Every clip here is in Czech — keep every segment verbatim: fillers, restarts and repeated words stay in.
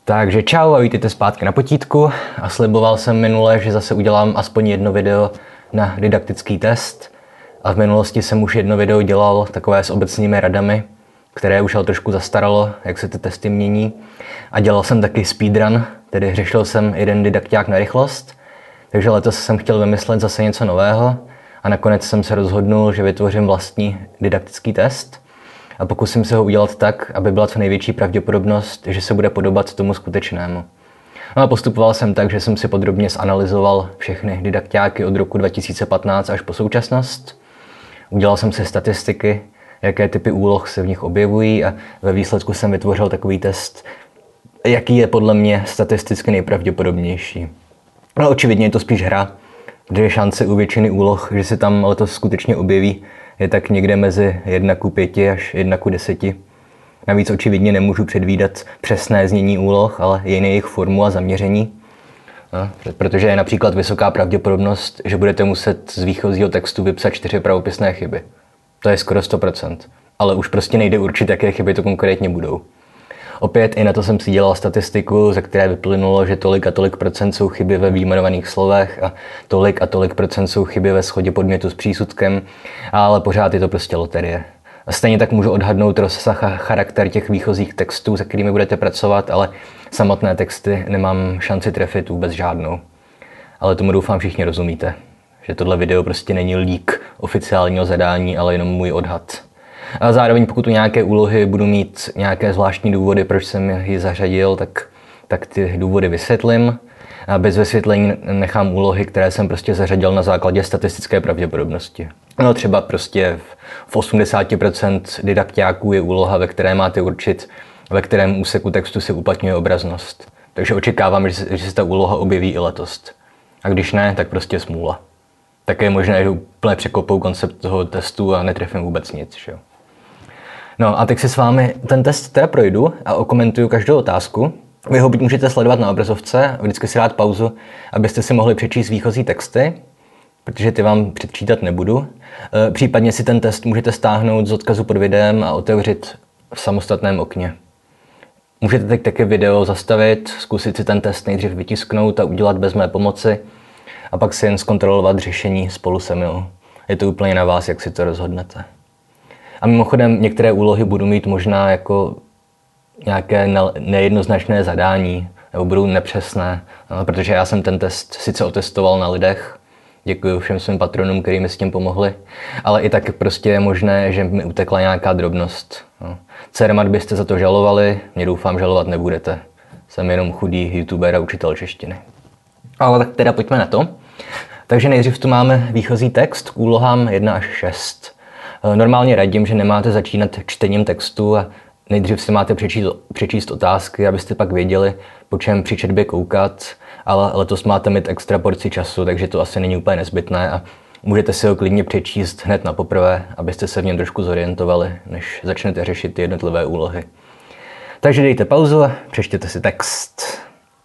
Takže čau a vítejte zpátky na potítku a sliboval jsem minule, že zase udělám aspoň jedno video na didaktický test a v minulosti jsem už jedno video dělal takové s obecnými radami, které už ale trošku zastaralo, jak se ty testy mění, a dělal jsem taky speedrun, tedy řešil jsem jeden didakťák na rychlost, takže letos jsem chtěl vymyslet zase něco nového a nakonec jsem se rozhodnul, že vytvořím vlastní didaktický test a pokusím se ho udělat tak, aby byla co největší pravděpodobnost, že se bude podobat tomu skutečnému. No a postupoval jsem tak, že jsem si podrobně zanalyzoval všechny didakťáky od roku dva tisíce patnáct až po současnost. Udělal jsem si statistiky, jaké typy úloh se v nich objevují, a ve výsledku jsem vytvořil takový test, jaký je podle mě statisticky nejpravděpodobnější. No očividně je to spíš hra, protože šance u většiny úloh, že se tam letos skutečně objeví, je tak někde mezi jedna ku pěti až jedna ku deseti. Navíc očividně nemůžu předvídat přesné znění úloh, ale jen jejich formu a zaměření. No, protože je například vysoká pravděpodobnost, že budete muset z výchozího textu vypsat čtyři pravopisné chyby. To je skoro sto procent. Ale už prostě nejde určit, jaké chyby to konkrétně budou. Opět i na to jsem si dělal statistiku, ze které vyplynulo, že tolik a tolik procent jsou chyby ve vyjmenovaných slovech a tolik a tolik procent jsou chyby ve shodě podmětu s přísudkem, ale pořád je to prostě loterie. A stejně tak můžu odhadnout rozsah a charakter těch výchozích textů, se kterými budete pracovat, ale samotné texty nemám šanci trefit vůbec žádnou. Ale tomu doufám všichni rozumíte, že tohle video prostě není lík oficiálního zadání, ale jenom můj odhad. A zároveň pokud u nějaké úlohy budu mít nějaké zvláštní důvody, proč jsem ji zařadil, tak, tak ty důvody vysvětlím. A bez vysvětlení nechám úlohy, které jsem prostě zařadil na základě statistické pravděpodobnosti. No třeba prostě v osmdesáti procentech didakťáků je úloha, ve které máte určit, ve kterém úseku textu se uplatňuje obraznost. Takže očekávám, že se, že se ta úloha objeví i letos. A když ne, tak prostě smůla. Také je možné, že úplně překopou koncept toho testu a netrefím vůbec nic. Že jo? No a teď si s vámi ten test teda projdu a okomentuju každou otázku. Vy ho můžete sledovat na obrazovce, vždycky si dát pauzu, abyste si mohli přečíst výchozí texty, protože ty vám předčítat nebudu. Případně si ten test můžete stáhnout z odkazu pod videem a otevřít v samostatném okně. Můžete teď taky video zastavit, zkusit si ten test nejdřív vytisknout a udělat bez mé pomoci a pak si jen zkontrolovat řešení spolu se mnou. Je to úplně na vás, jak si to rozhodnete. A mimochodem některé úlohy budu mít možná jako nějaké nejednoznačné zadání, nebo budou nepřesné, no, protože já jsem ten test sice otestoval na lidech, děkuji všem svým patronům, kteří mi s tím pomohli, ale i tak prostě je možné, že mi utekla nějaká drobnost. No. Cermat byste za to žalovali, mě doufám žalovat nebudete. Jsem jenom chudý youtuber a učitel češtiny. Ale tak teda pojďme na to. Takže nejdřív tu máme výchozí text k úlohám jedna až šest. Normálně radím, že nemáte začínat čtením textu a nejdřív si máte přečíst, přečíst otázky, abyste pak věděli, po čem při četbě koukat, ale letos máte mít extra porci času, takže to asi není úplně nezbytné a můžete si ho klidně přečíst hned na poprvé, abyste se v něm trošku zorientovali, než začnete řešit ty jednotlivé úlohy. Takže dejte pauzu a přečtěte si text.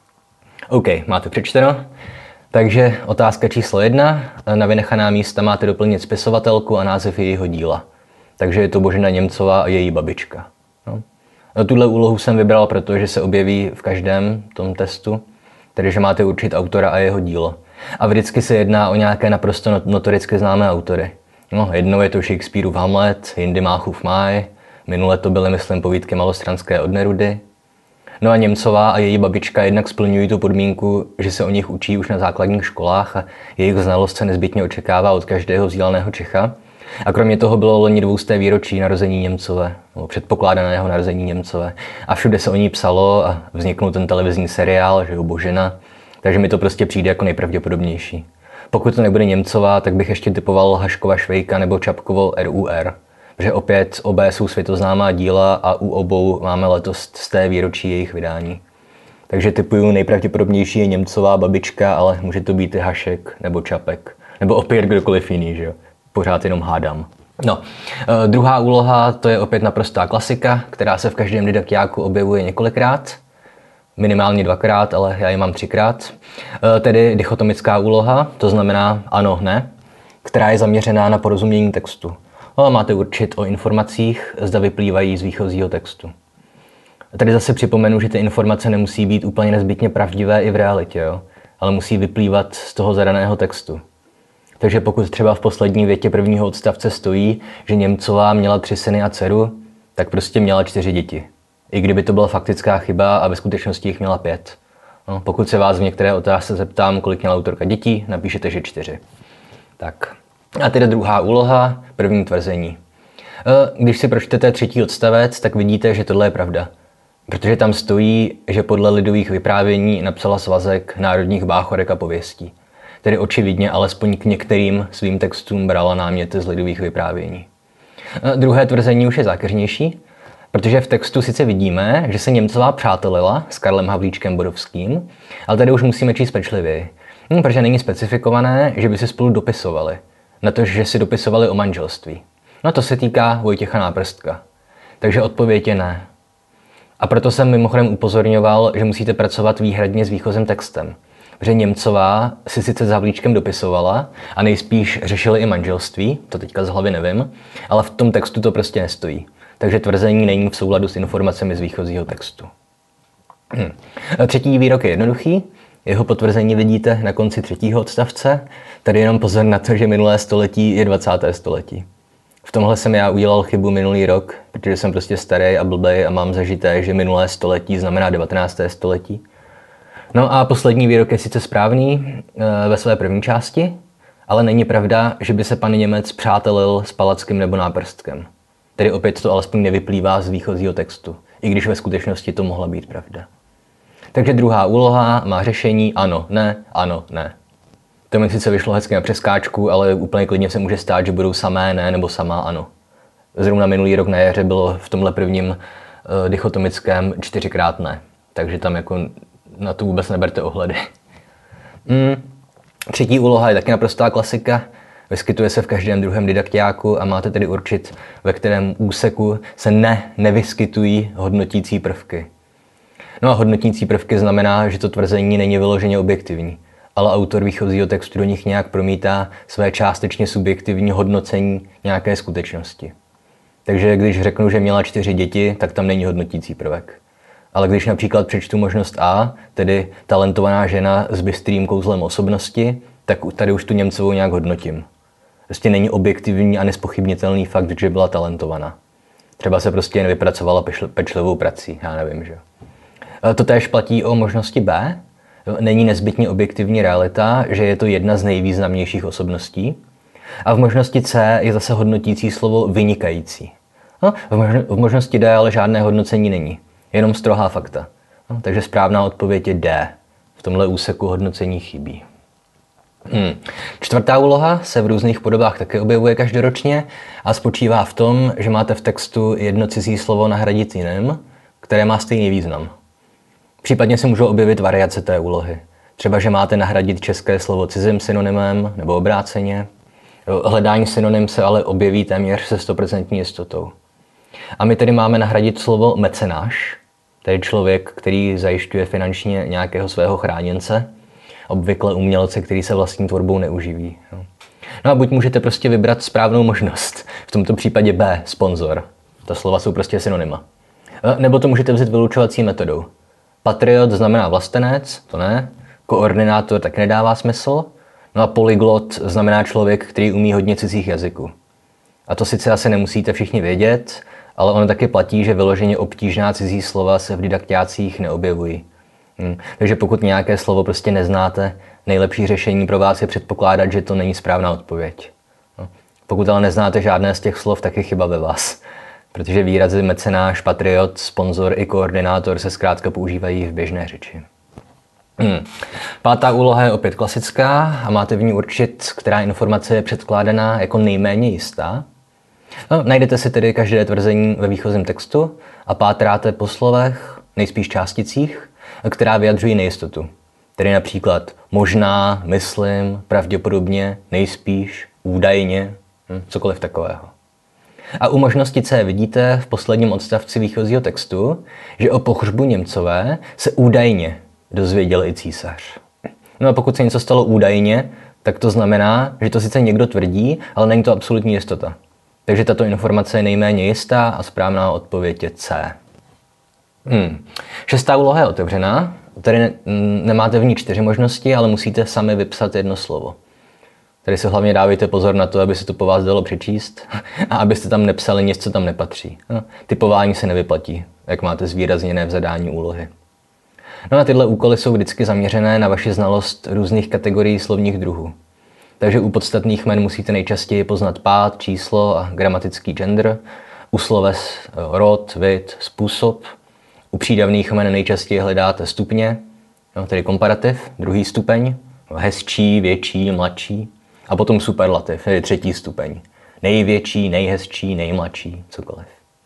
OK, máte přečteno. Takže otázka číslo jedna. Na vynechaná místa máte doplnit spisovatelku a název jejího díla. Takže je to Božena Němcová a její babička. No. Tuhle úlohu jsem vybral, protože se objeví v každém tom testu, tedy že máte určit autora a jeho dílo. A vždycky se jedná o nějaké naprosto notoricky známé autory. No, jednou je to Shakespeareův Hamlet, jindy Máchův Máj, minule to byly, myslím, povídky Malostranské od Nerudy. No a Němcová a její babička jednak splňují tu podmínku, že se o nich učí už na základních školách a jejich znalost se nezbytně očekává od každého vzdělaného Čecha. A kromě toho bylo loni dvousté výročí narození Němcové, nebo předpokládaného narození Němcové. A všude se o ní psalo a vzniknul ten televizní seriál, že jo, Božena. Takže mi to prostě přijde jako nejpravděpodobnější. Pokud to nebude Němcová, tak bych ještě typoval Haškova Švejka nebo Čapkovo R U R. Protože opět obé jsou světoznámá díla a u obou máme letos z té výročí jejich vydání. Takže typuju nejpravděpodobnější je Němcová babička, ale může to být i Hašek nebo Čapek. Nebo opět kdokoliv jiný, že jo. Pořád jenom hádám. No, e, druhá úloha, to je opět naprostá klasika, která se v každém didakťáku objevuje několikrát. Minimálně dvakrát, ale já ji mám třikrát. E, tedy dichotomická úloha, to znamená ano, ne, která je zaměřená na porozumění textu. No, máte určit o informacích, zda vyplývají z výchozího textu. A tady zase připomenu, že ty informace nemusí být úplně nezbytně pravdivé i v realitě, jo? Ale musí vyplývat z toho zadaného textu. Takže pokud třeba v poslední větě prvního odstavce stojí, že Němcová měla tři syny a dceru, tak prostě měla čtyři děti. I kdyby to byla faktická chyba a ve skutečnosti jich měla pět. No, pokud se vás v některé otázce zeptám, kolik měla autorka dětí, napíšete, že čtyři. Tak. A tedy druhá úloha, první tvrzení. Když si pročtete třetí odstavec, tak vidíte, že tohle je pravda. Protože tam stojí, že podle lidových vyprávění napsala svazek národních báchorek a pověstí. Tedy očividně alespoň k některým svým textům brala náměty z lidových vyprávění. A druhé tvrzení už je zákeřnější, protože v textu sice vidíme, že se Němcová přátelila s Karlem Havlíčkem Bodovským, ale tady už musíme číst pečlivěji, hm, protože není specifikované, že by si spolu dopisovali, na to, že si dopisovali o manželství. No to se týká Vojtěcha Náprstka. Takže odpověď je ne. A proto jsem mimochodem upozorňoval, že musíte pracovat výhradně s výchozím textem. Protože Němcová si sice s Havlíčkem dopisovala a nejspíš řešili i manželství, to teďka z hlavy nevím, ale v tom textu to prostě nestojí. Takže tvrzení není v souladu s informacemi z výchozího textu. Hm. Třetí výrok je jednoduchý. Jeho potvrzení vidíte na konci třetího odstavce. Tady jenom pozor na to, že minulé století je dvacáté století. V tomhle jsem já udělal chybu minulý rok, protože jsem prostě starý a blbej a mám zažité, že minulé století znamená devatenácté století. No a poslední výrok je sice správný e, ve své první části, ale není pravda, že by se pan Němec přátelil s Palackým nebo Náprstkem. Tedy opět to alespoň nevyplývá z výchozího textu, i když ve skutečnosti to mohla být pravda. Takže druhá úloha má řešení ano, ne, ano, ne. To mi sice vyšlo hezky na přeskáčku, ale úplně klidně se může stát, že budou samé ne nebo samá ano. Zrovna minulý rok na jaře bylo v tomhle prvním uh, dichotomickém čtyřikrát ne. Takže tam jako na to vůbec neberte ohledy. Mm. Třetí úloha je taky naprostá klasika. Vyskytuje se v každém druhém didaktiáku a máte tedy určit, ve kterém úseku se ne, nevyskytují hodnotící prvky. No a hodnotící prvky znamená, že to tvrzení není vyloženě objektivní, ale autor výchozího textu do nich nějak promítá své částečně subjektivní hodnocení nějaké skutečnosti. Takže když řeknu, že měla čtyři děti, tak tam není hodnotící prvek. Ale když například přečtu možnost A, tedy talentovaná žena s bystrým kouzlem osobnosti, tak tady už tu Němcovou nějak hodnotím. Prostě není objektivní a nespochybnitelný fakt, že byla talentovaná. Třeba se prostě jen vypracovala pečlivou prací, já nevím, že. To též platí o možnosti B. Není nezbytně objektivní realita, že je to jedna z nejvýznamnějších osobností. A v možnosti C je zase hodnotící slovo vynikající. No, v možnosti D ale žádné hodnocení není, jenom strohá fakta. No, takže správná odpověď je D. V tomhle úseku hodnocení chybí. Hmm. Čtvrtá úloha se v různých podobách také objevuje každoročně a spočívá v tom, že máte v textu jedno cizí slovo nahradit jiným, které má stejný význam. Případně se můžou objevit variace té úlohy. Třeba, že máte nahradit české slovo cizím synonymem nebo obráceně. Hledání synonym se ale objeví téměř se stoprocentní jistotou. A my tedy máme nahradit slovo mecenáš, tedy člověk, který zajišťuje finančně nějakého svého chráněnce, obvykle umělce, který se vlastní tvorbou neuživí. No a buď můžete prostě vybrat správnou možnost, v tomto případě B, sponzor. Ta slova jsou prostě synonyma. Nebo to můžete vzít vylučovací metodou. Patriot znamená vlastenec, to ne. Koordinátor tak nedává smysl. No a polyglot znamená člověk, který umí hodně cizích jazyků. A to sice asi nemusíte všichni vědět, ale ono taky platí, že vyloženě obtížná cizí slova se v didaktiácích neobjevují. Hm. Takže pokud nějaké slovo prostě neznáte, nejlepší řešení pro vás je předpokládat, že to není správná odpověď. No. Pokud ale neznáte žádné z těch slov, tak je chyba ve vás. Protože výrazy mecenáš, patriot, sponzor i koordinátor se zkrátka používají v běžné řeči. Hmm. Pátá úloha je opět klasická a máte v ní určit, která informace je předkládaná jako nejméně jistá. No, najdete si tedy každé tvrzení ve výchozím textu a pátráte po slovech, nejspíš částicích, která vyjadřují nejistotu. Tedy například možná, myslím, pravděpodobně, nejspíš, údajně, hm, cokoliv takového. A u možnosti C vidíte v posledním odstavci výchozího textu, že o pohřbu Němcové se údajně dozvěděl i císař. No a pokud se něco stalo údajně, tak to znamená, že to sice někdo tvrdí, ale není to absolutní jistota. Takže tato informace je nejméně jistá a správná odpověď je C. Hmm. Šestá úloha je otevřená. Tady ne, nemáte v ní čtyři možnosti, ale musíte sami vypsat jedno slovo. Tady se hlavně dávejte pozor na to, aby se to po vás dalo přečíst a abyste tam nepsali nic, co tam nepatří. No, typování se nevyplatí, jak máte zvýrazněné v zadání úlohy. No a tyhle úkoly jsou vždycky zaměřené na vaši znalost různých kategorií slovních druhů. Takže u podstatných jmen musíte nejčastěji poznat pád, číslo a gramatický gender, u sloves rod, vid, způsob. U přídavných jmen nejčastěji hledáte stupně, no, tedy komparativ, druhý stupeň, hezčí, větší, mladší. A potom superlativ, tedy třetí stupeň. Největší, nejhezčí, nejmladší, cokoliv.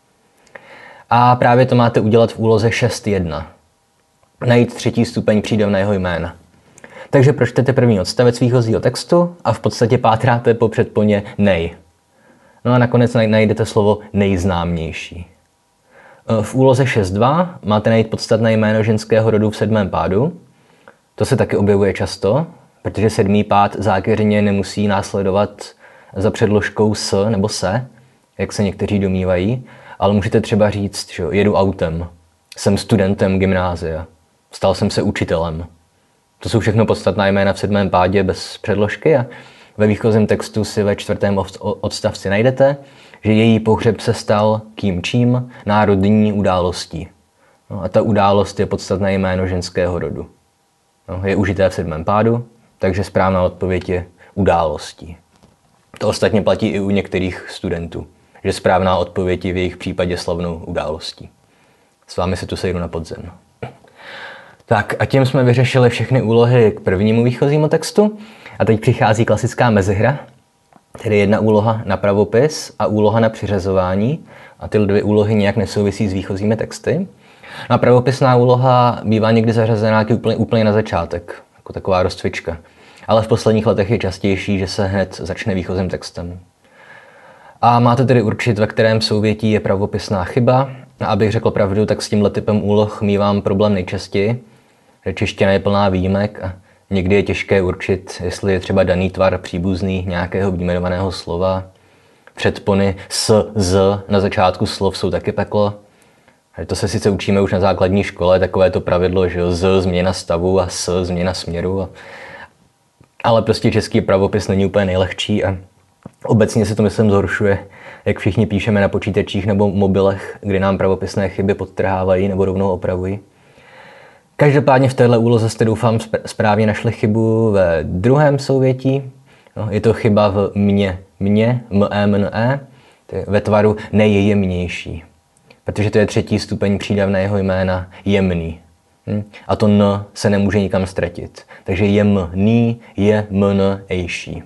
A právě to máte udělat v úloze šest jedna. Najít třetí stupeň přídavného jména. Takže pročtete první odstavec výchozího textu a v podstatě pátráte po předponě nej. No a nakonec najdete slovo nejznámější. V úloze šest dva máte najít podstatné jméno ženského rodu v sedmém pádu. To se taky objevuje často, protože sedmý pád zákeřně nemusí následovat za předložkou s nebo se, jak se někteří domnívají, ale můžete třeba říct, že jedu autem, jsem studentem gymnázia, stal jsem se učitelem. To jsou všechno podstatná jména v sedmém pádě bez předložky a ve výchozím textu si ve čtvrtém odstavci najdete, že její pohřeb se stal kým čím národní událostí. No a ta událost je podstatné jméno ženského rodu. No, je užité v sedmém pádu, takže správná odpověď je událostí. To ostatně platí i u některých studentů, že správná odpověď je v jejich případě slavnou událostí. S vámi se tu sejdu na podzem. Tak a tím jsme vyřešili všechny úlohy k prvnímu výchozímu textu a teď přichází klasická mezihra, tedy jedna úloha na pravopis a úloha na přiřazování a ty dvě úlohy nějak nesouvisí s výchozími texty. No a pravopisná úloha bývá někdy zařazená úplně, úplně na začátek, jako taková rozcvička. Ale v posledních letech je častější, že se hned začne výchozím textem. A máte tedy určit, ve kterém souvětí je pravopisná chyba. A abych řekl pravdu, tak s tímhle typem úloh mívám problém nejčastěji. Čeština je plná výjimek a někdy je těžké určit, jestli je třeba daný tvar příbuzný nějakého vyjmenovaného slova. Předpony s, z na začátku slov jsou taky peklo. To se sice učíme už na základní škole, takové to pravidlo, že z změna stavu a s změna směru. Ale prostě český pravopis není úplně nejlehčí a obecně se to, myslím, zhoršuje, jak všichni píšeme na počítačích nebo mobilech, kdy nám pravopisné chyby podtrhávají nebo rovnou opravují. Každopádně v téhle úloze jste, doufám, správně našli chybu ve druhém souvětí. No, je to chyba v mě, mě, m-e, m-e, ve tvaru nejjemnější. Protože to je třetí stupeň přídavného jména jemný. Hm? A to n se nemůže nikam ztratit. Takže jemný je mn ejší.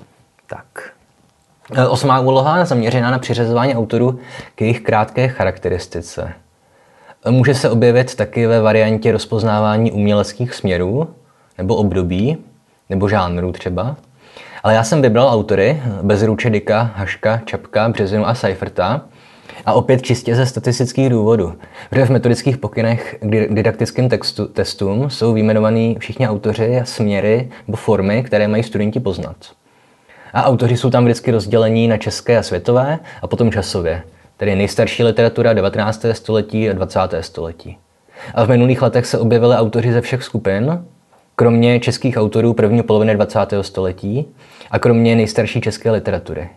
Tak. Osmá úloha zaměřená na přiřazování autorů k jejich krátké charakteristice. Může se objevit taky ve variantě rozpoznávání uměleckých směrů, nebo období, nebo žánrů třeba. Ale já jsem vybral autory Bezruče, Dicka, Haška, Čapka, Březinu a Seiferta. A opět čistě ze statistických důvodů. Protože v metodických pokynech k didaktickým textu, testům jsou vyjmenovaní všichni autoři a směry nebo formy, které mají studenti poznat. A autoři jsou tam vždycky rozdělení na české a světové a potom časově. Tedy nejstarší literatura devatenáctého století a dvacátého století. A v minulých letech se objevili autoři ze všech skupin, kromě českých autorů první poloviny dvacátého století a kromě nejstarší české literatury.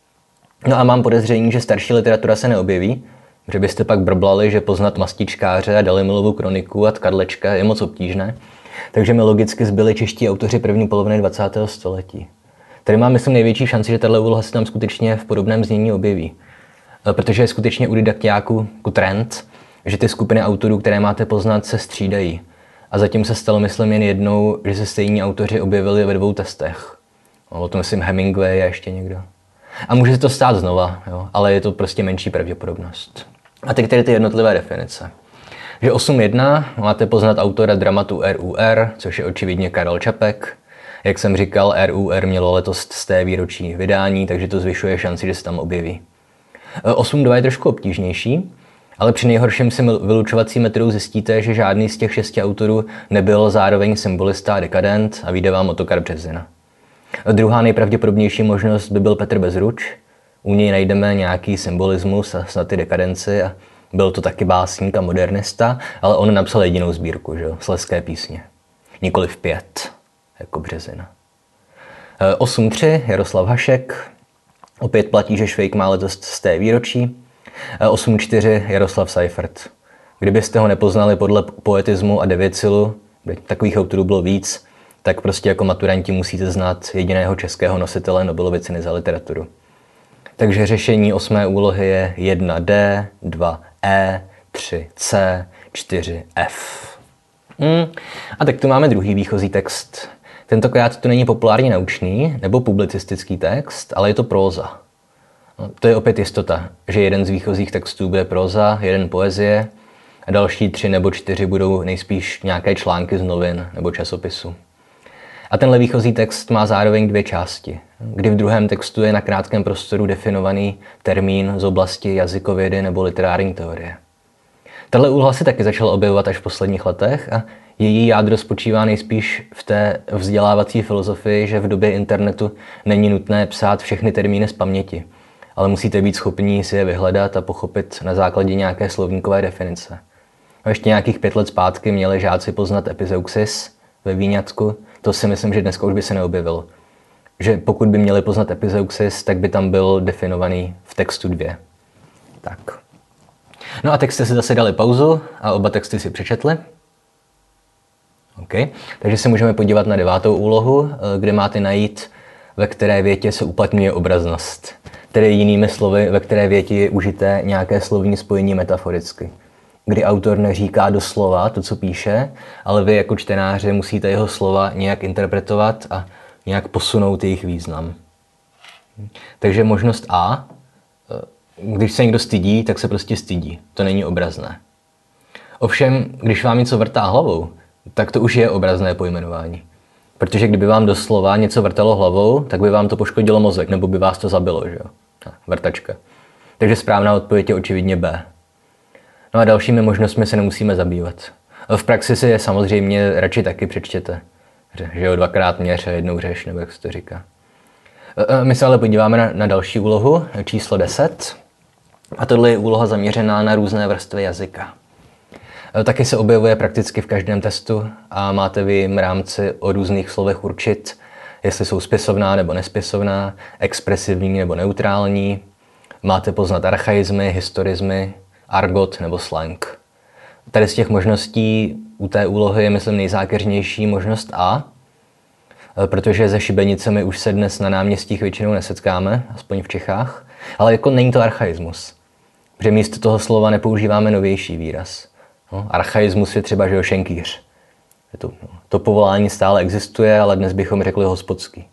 No a mám podezření, že starší literatura se neobjeví, že byste pak brblali, že poznat Mastičkáře a Dalimilovu kroniku a Tkadlečka je moc obtížné, takže mi logicky zbyli čeští autoři první poloviny dvacátého století. Tady mám, myslím, největší šanci, že tato úloha se tam skutečně v podobném znění objeví. Protože je skutečně u didaktiáků trend, že ty skupiny autorů, které máte poznat, se střídají. A zatím se stalo, myslím, jen jednou, že se stejní autoři objevili ve dvou testech. O tom, myslím, Hemingway a ještě někdo. A může se to stát znova, jo? Ale je to prostě menší pravděpodobnost. A teď tedy ty jednotlivé definice. Že osm jedna máte poznat autora dramatu R U R, což je očividně Karel Čapek. Jak jsem říkal, R U R mělo letos z té výroční vydání, takže to zvyšuje šanci, že se tam objeví. osm dva je trošku obtížnější, ale při nejhorším si vylučovací metodou zjistíte, že žádný z těch šesti autorů nebyl zároveň symbolista a dekadent a vyjde vám Ottokar Březina. Druhá nejpravděpodobnější možnost by byl Petr Bezruč. U něj najdeme nějaký symbolismus a snad i dekadenci a Byl to taky básník a modernista, ale on napsal jedinou sbírku, že jo? Slezské písně. Nikoliv pět, jako Březina. osm tři Jaroslav Hašek. Opět platí, že Švejk má letos z té výročí. osm čtyři Jaroslav Seifert. Kdybyste ho nepoznali podle poetismu a devěcilu, takových autorů bylo víc, tak prostě jako maturanti musíte znát jediného českého nositele Nobelovy ceny za literaturu. Takže řešení osmé úlohy je jedna D, dva E, tři C, čtyři F. Hmm. A tak tu máme druhý výchozí text. Tentokrát to není populárně naučný nebo publicistický text, ale je to próza. No, to je opět jistota, že jeden z výchozích textů bude próza, jeden poezie a další tři nebo čtyři budou nejspíš nějaké články z novin nebo časopisu. A tenhle výchozí text má zároveň dvě části, kdy v druhém textu je na krátkém prostoru definovaný termín z oblasti jazykovědy nebo literární teorie. Tahle úloha se taky začala objevovat až v posledních letech a její jádro spočívá nejspíš v té vzdělávací filozofii, že v době internetu není nutné psát všechny termíny z paměti, ale musíte být schopni si je vyhledat a pochopit na základě nějaké slovníkové definice. A ještě nějakých pět let zpátky měli žáci poznat epizeuxis ve výňatku. To si myslím, že dneska už by se neobjevilo. Že pokud by měli poznat epizeuxis, tak by tam byl definovaný v textu dvě. Tak. No a texty si zase dali pauzu a oba texty si přečetli. Okay. Takže se můžeme podívat na devátou úlohu, kde máte najít, ve které větě se uplatňuje obraznost. Tedy jinými slovy, ve které větě je užité nějaké slovní spojení metaforicky. Kdy autor neříká doslova to, co píše, ale vy jako čtenáři musíte jeho slova nějak interpretovat a nějak posunout jejich význam. Takže možnost A, když se někdo stydí, tak se prostě stydí. To není obrazné. Ovšem, když vám něco vrtá hlavou, tak to už je obrazné pojmenování. Protože kdyby vám doslova něco vrtalo hlavou, tak by vám to poškodilo mozek, nebo by vás to zabilo, že jo? Vrtačka. Takže správná odpověď je očividně B. No a dalšími možnostmi se nemusíme zabývat. V praxi si je samozřejmě radši taky přečtěte. Že jo, dvakrát měř a jednou řeš, nebo jak se to říká. My se ale podíváme na, na další úlohu, číslo deset. A tohle je úloha zaměřená na různé vrstvy jazyka. Taky se objevuje prakticky v každém testu a máte v jejím rámci o různých slovech určit, jestli jsou spisovná nebo nespisovná, expresivní nebo neutrální. Máte poznat archaizmy, historizmy, argot nebo slang. Tady z těch možností u té úlohy je, myslím, nejzákeřnější možnost A, protože se šibenicemi už se dnes na náměstích většinou nesetkáme, aspoň v Čechách, ale jako není to archaismus, protože místo toho slova nepoužíváme novější výraz. No, archaismus je třeba, že jo, šenkýř. To, to povolání stále existuje, ale dnes bychom řekli hospodský.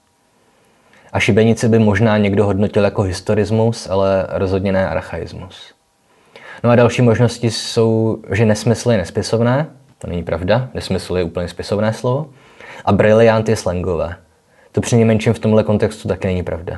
A šibenici by možná někdo hodnotil jako historismus, ale rozhodně ne archaismus. No a další možnosti jsou, že nesmysl je nespisovné, to není pravda, nesmysl je úplně spisovné slovo, a briliant je slangové. To přinejmenším v tomhle kontextu taky není pravda.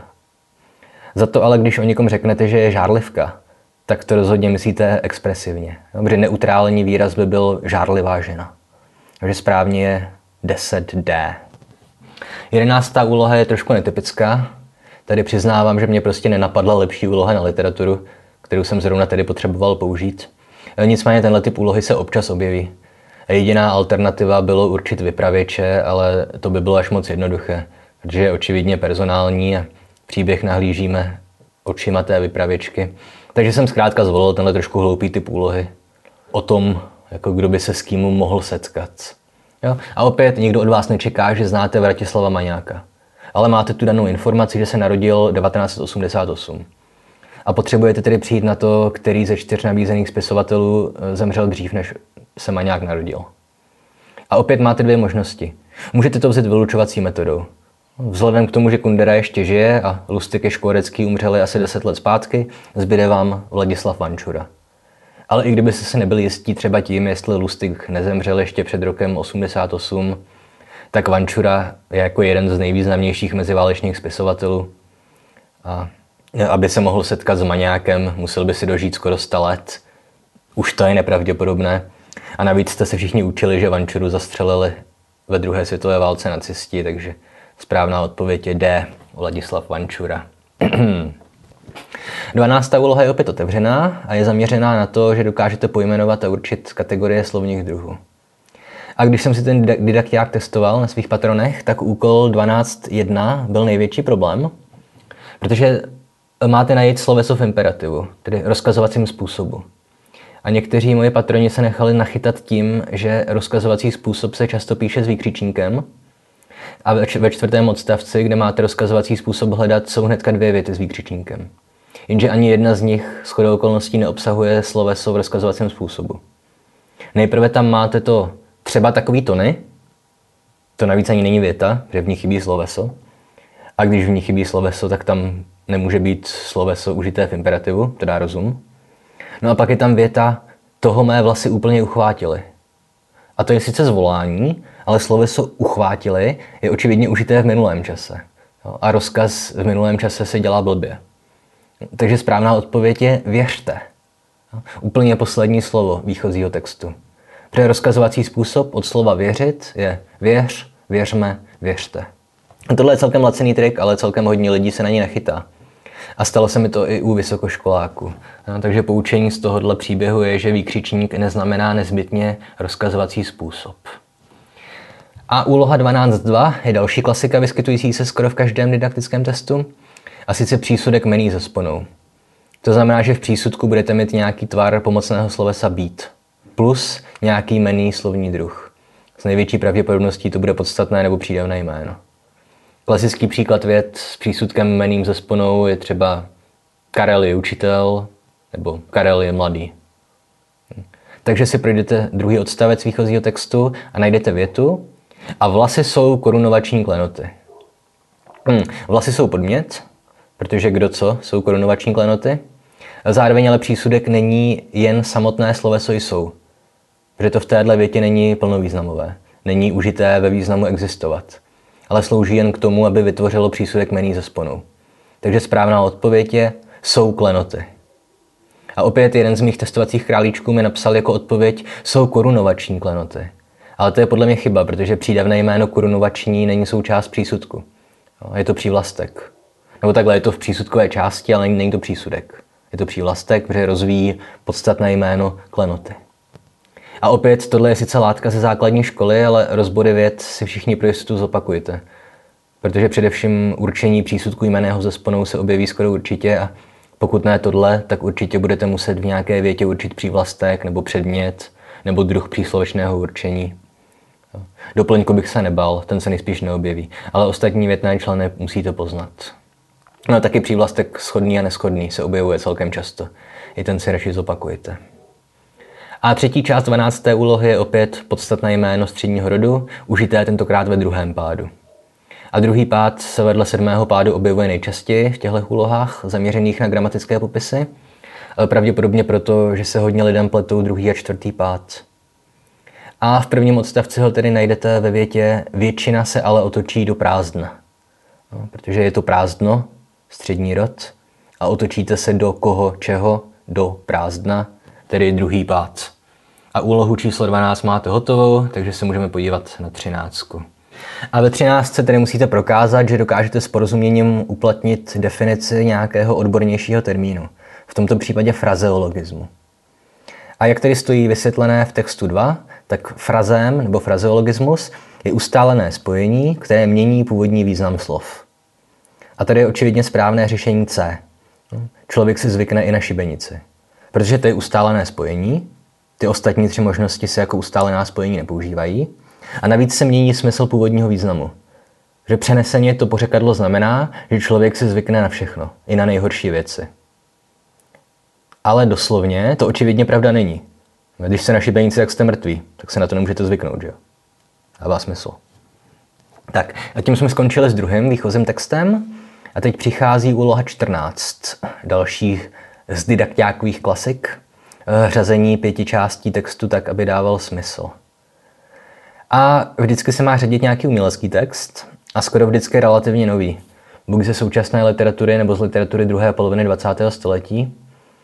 Za to ale, když o někom řeknete, že je žárlivka, tak to rozhodně myslíte expresivně. Protože neutrální výraz by byl žárlivá žena. Takže správně je deset D. Jedenáctá úloha je trošku netypická. Tady přiznávám, že mě prostě nenapadla lepší úloha na literaturu, kterou jsem zrovna tady potřeboval použít. Nicméně tenhle typ úlohy se občas objeví. Jediná alternativa bylo určit vypravěče, ale to by bylo až moc jednoduché, protože je očividně personální a příběh nahlížíme očima té vypravěčky. Takže jsem zkrátka zvolil tenhle trošku hloupý typ úlohy o tom, jako kdo by se s kým mohl setkat. Jo? A opět nikdo od vás nečeká, že znáte Vratislava Maňáka. Ale máte tu danou informaci, že se narodil devatenáct set osmdesát osm. A potřebujete tedy přijít na to, který ze čtyř nabízených spisovatelů zemřel dřív, než se Maňák narodil. A opět máte dvě možnosti. Můžete to vzít vylučovací metodou. Vzhledem k tomu, že Kundera ještě žije a Lustig a Škvorecký umřeli asi deset let zpátky, zbyde vám Vladislav Vančura. Ale i kdybyste se nebyli jistí třeba tím, jestli Lustig nezemřel ještě před rokem osmdesát osm, tak Vančura je jako jeden z nejvýznamnějších meziválečných spisovatelů. A aby se mohl setkat s Maňákem, musel by si dožít skoro sto let. Už to je nepravděpodobné. A navíc jste se všichni učili, že Vančuru zastřelili ve druhé světové válce nacisti, takže správná odpověď je D. Vladislav Vančura. Dvanáctá úloha je opět otevřená a je zaměřená na to, že dokážete pojmenovat a určit kategorie slovních druhů. A když jsem si ten didakťák testoval na svých patronech, tak úkol dvanáct jedna byl největší problém, protože máte najít sloveso v imperativu, tedy rozkazovacím způsobu. A někteří moji patroni se nechali nachytat tím, že rozkazovací způsob se často píše s výkřičníkem a ve čtvrtém odstavci, kde máte rozkazovací způsob hledat, jsou hnedka dvě věty s výkřičníkem. Jenže ani jedna z nich shodou okolností neobsahuje sloveso v rozkazovacím způsobu. Nejprve tam máte to třeba takový tony, to navíc ani není věta, že v ní chybí sloveso. A když v ní chybí sloveso, tak tam nemůže být sloveso užité v imperativu, to dá rozum. No a pak je tam věta, toho mé vlasy úplně uchvátily. A to je sice zvolání, ale sloveso uchvátily je očividně užité v minulém čase. A rozkaz v minulém čase se dělá blbě. Takže správná odpověď je věřte. Úplně poslední slovo výchozího textu. Protože rozkazovací způsob od slova věřit je věř, věřme, věřte. A tohle je celkem laciný trik, ale celkem hodně lidí se na ní nechytá. A stalo se mi to i u vysokoškoláků. No, takže poučení z tohohle příběhu je, že výkřičník neznamená nezbytně rozkazovací způsob. A úloha dvanáct dva je další klasika vyskytující se skoro v každém didaktickém testu, a sice přísudek jmenný ze sponou. To znamená, že v přísudku budete mít nějaký tvar pomocného slovesa být, plus nějaký jmenný slovní druh. S největší pravděpodobností to bude podstatné nebo přídavné jméno. Klasický příklad vět s přísudkem jmenným ze sponou je třeba Karel je učitel nebo Karel je mladý. Takže si projdete druhý odstavec výchozího textu a najdete větu a vlasy jsou korunovační klenoty. Hm, vlasy jsou podmět, protože kdo co jsou korunovační klenoty. Zároveň ale přísudek není jen samotné sloveso jsou, protože to v téhle větě není plnovýznamové. Není užité ve významu existovat, ale slouží jen k tomu, aby vytvořilo přísudek jmenný ze sponou. Takže správná odpověď je jsou klenoty. A opět jeden z mých testovacích králíčků mi napsal jako odpověď jsou korunovační klenoty. Ale to je podle mě chyba, protože přídavné jméno korunovační není součást přísudku. Je to přívlastek. Nebo takhle, je to v přísudkové části, ale není to přísudek. Je to přívlastek, protože rozvíjí podstatné jméno klenoty. A opět, tohle je sice látka ze základní školy, ale rozbory vět si všichni pro jistotu zopakujte. Protože především určení přísudku jmenného ze sponou se objeví skoro určitě a pokud ne tohle, tak určitě budete muset v nějaké větě určit přívlastek nebo předmět nebo druh příslovečného určení. Doplňku bych se nebal, ten se nejspíš neobjeví, ale ostatní větné členy musíte poznat. No a taky přívlastek shodný a neshodný se objevuje celkem často. I ten si radši zopakujte. A třetí část dvanácté úlohy je opět podstatné jméno středního rodu, užité tentokrát ve druhém pádu. A druhý pád se vedle sedmého pádu objevuje nejčastěji v těchto úlohách zaměřených na gramatické popisy. Pravděpodobně proto, že se hodně lidem pletou druhý a čtvrtý pád. A v prvním odstavci ho tedy najdete ve větě většina se ale otočí do prázdna. No, protože je to prázdno, střední rod, a otočíte se do koho, čeho, do prázdna, tedy druhý pád. A úlohu číslo dvanáct máte hotovou, takže se můžeme podívat na třináctku. A ve třináctce tedy musíte prokázat, že dokážete s porozuměním uplatnit definici nějakého odbornějšího termínu, v tomto případě frazeologismu. A jak tedy stojí vysvětlené v textu dva, tak frazém nebo frazeologismus je ustálené spojení, které mění původní význam slov. A tady je očividně správné řešení C. Člověk si zvykne i na šibenici. Protože to je ustálené spojení, ty ostatní tři možnosti se jako ustálená spojení nepoužívají, a navíc se mění smysl původního významu. Že přeneseně to pořekadlo znamená, že člověk si zvykne na všechno, i na nejhorší věci. Ale doslovně to očividně pravda není. Když jste na šibenici, tak jste mrtví, tak se na to nemůžete zvyknout, že jo? Dává smysl. Tak, a tím jsme skončili s druhým výchozím textem a teď přichází úloha čtrnáct, další z didakťákových klasik, řazení pěti částí textu tak, aby dával smysl. A vždycky se má řadit nějaký umělecký text a skoro vždycky relativně nový. Buď ze současné literatury nebo z literatury druhé poloviny dvacátého století.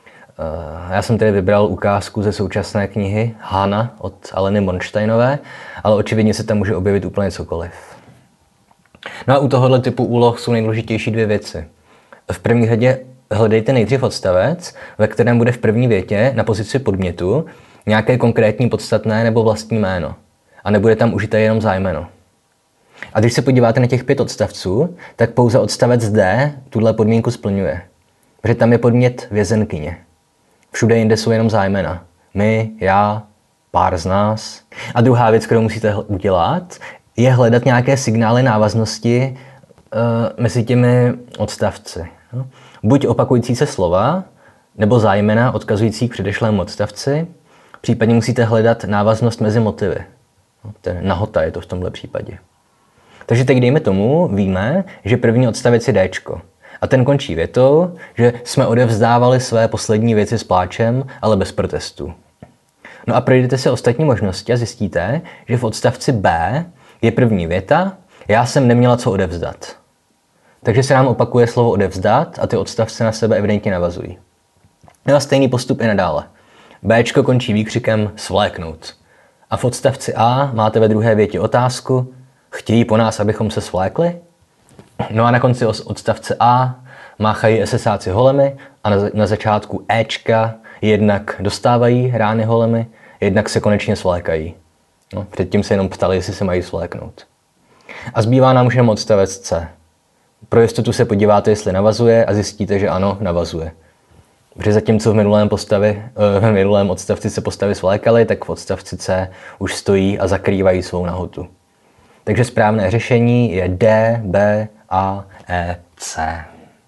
Já jsem tedy vybral ukázku ze současné knihy Hana od Aleny Bornsteinové, ale očividně se tam může objevit úplně cokoliv. No a u tohohle typu úloh jsou nejdůležitější dvě věci. V první řadě hledejte nejdřív odstavec, ve kterém bude v první větě na pozici podmětu nějaké konkrétní podstatné nebo vlastní jméno. A nebude tam užité jenom zájmeno. A když se podíváte na těch pět odstavců, tak pouze odstavec D tuhle podmínku splňuje. Protože tam je podmět vězenkyně. Všude jinde jsou jenom zájmena. My, já, pár z nás. A druhá věc, kterou musíte udělat, je hledat nějaké signály návaznosti uh, mezi těmi odstavci. No. Buď opakující se slova, nebo zájmena odkazující k předešlému odstavci. Případně musíte hledat návaznost mezi motivy. No, ten nahota je to v tomhle případě. Takže teď dejme tomu, víme, že první odstavec je Dčko. A ten končí větou, že jsme odevzdávali své poslední věci s pláčem, ale bez protestu. No a projdete si ostatní možnosti a zjistíte, že v odstavci B je první věta, já jsem neměla co odevzdat. Takže se nám opakuje slovo odevzdat a ty odstavce na sebe evidentně navazují. No a stejný postup i nadále. Bčko končí výkřikem svléknout. A v odstavci A máte ve druhé větě otázku, chtějí po nás, abychom se svlékli? No a na konci odstavce A máchají esesáci holemi a na, na začátku Ečka jednak dostávají rány holemi, jednak se konečně svlékají. No, předtím se jenom ptali, jestli se mají svléknout. A zbývá nám už jenom odstavec C. Pro jistotu se podíváte, jestli navazuje a zjistíte, že ano, navazuje. Protože zatímco v minulém, postavy, v minulém odstavci se postavy svlékaly, tak v odstavci C už stojí a zakrývají svou nahotu. Takže správné řešení je D, B, A, E, C.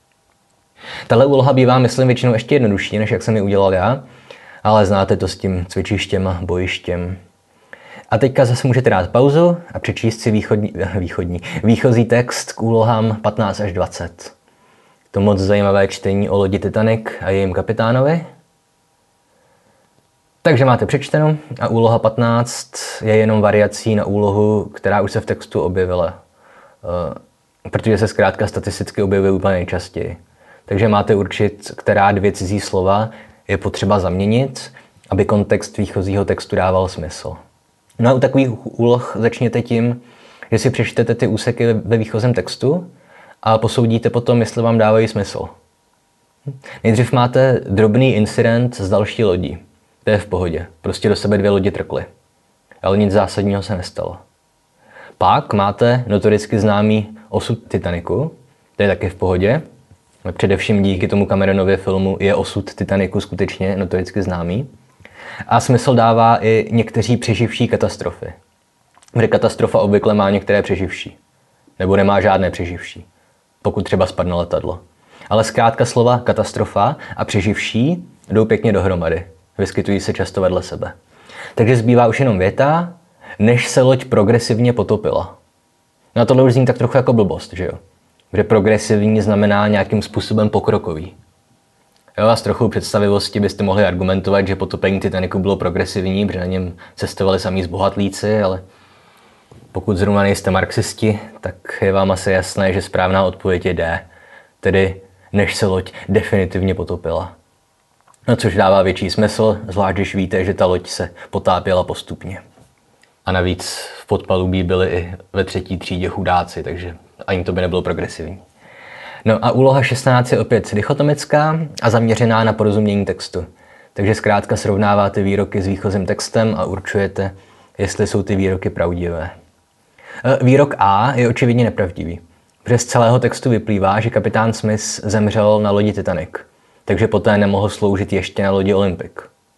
Tahle úloha bývá, myslím, většinou ještě jednodušší, než jak jsem ji udělal já, ale znáte to s tím cvičištěm a bojištěm. A teďka zase můžete dát pauzu a přečíst si východní, východní, výchozí text k úlohám patnáct až dvacet. To moc zajímavé čtení o lodi Titanic a jejím kapitánovi. Takže máte přečteno a úloha patnáct je jenom variací na úlohu, která už se v textu objevila. Protože se zkrátka statisticky objevuje úplně nejčastěji. Takže máte určit, která dvě cizí slova je potřeba zaměnit, aby kontext výchozího textu dával smysl. No a u takových úloh začněte tím, že si přečtete ty úseky ve výchozím textu a posoudíte potom, jestli vám dávají smysl. Nejdřív máte drobný incident z další lodí. To je v pohodě. Prostě do sebe dvě lodi trkly. Ale nic zásadního se nestalo. Pak máte notoricky známý osud Titaniku. To je taky v pohodě. Především díky tomu Cameronově filmu je osud Titaniku skutečně notoricky známý. A smysl dává i někteří přeživší katastrofy. Kde katastrofa obvykle má některé přeživší. Nebo nemá žádné přeživší. Pokud třeba spadne letadlo. Ale zkrátka slova katastrofa a přeživší jdou pěkně dohromady. Vyskytují se často vedle sebe. Takže zbývá už jenom věta, než se loď progresivně potopila. No a tohle už zní tak trochu jako blbost, že jo? Protože progresivní znamená nějakým způsobem pokrokový. Jo, a s trochou představivosti byste mohli argumentovat, že potopení Titaniku bylo progresivní, protože na něm cestovali samí zbohatlíci, ale pokud zrovna nejste marxisti, tak je vám asi jasné, že správná odpověď je D, tedy než se loď definitivně potopila. No, což dává větší smysl, zvlášť když víte, že ta loď se potápěla postupně. A navíc v podpalubí byli i ve třetí třídě chudáci, takže ani to by nebylo progresivní. No a úloha šestnáct je opět dichotomická a zaměřená na porozumění textu. Takže zkrátka srovnáváte výroky s výchozím textem a určujete, jestli jsou ty výroky pravdivé. Výrok A je očividně nepravdivý, protože z celého textu vyplývá, že kapitán Smith zemřel na lodi Titanic, takže poté nemohl sloužit ještě na lodi Olympic.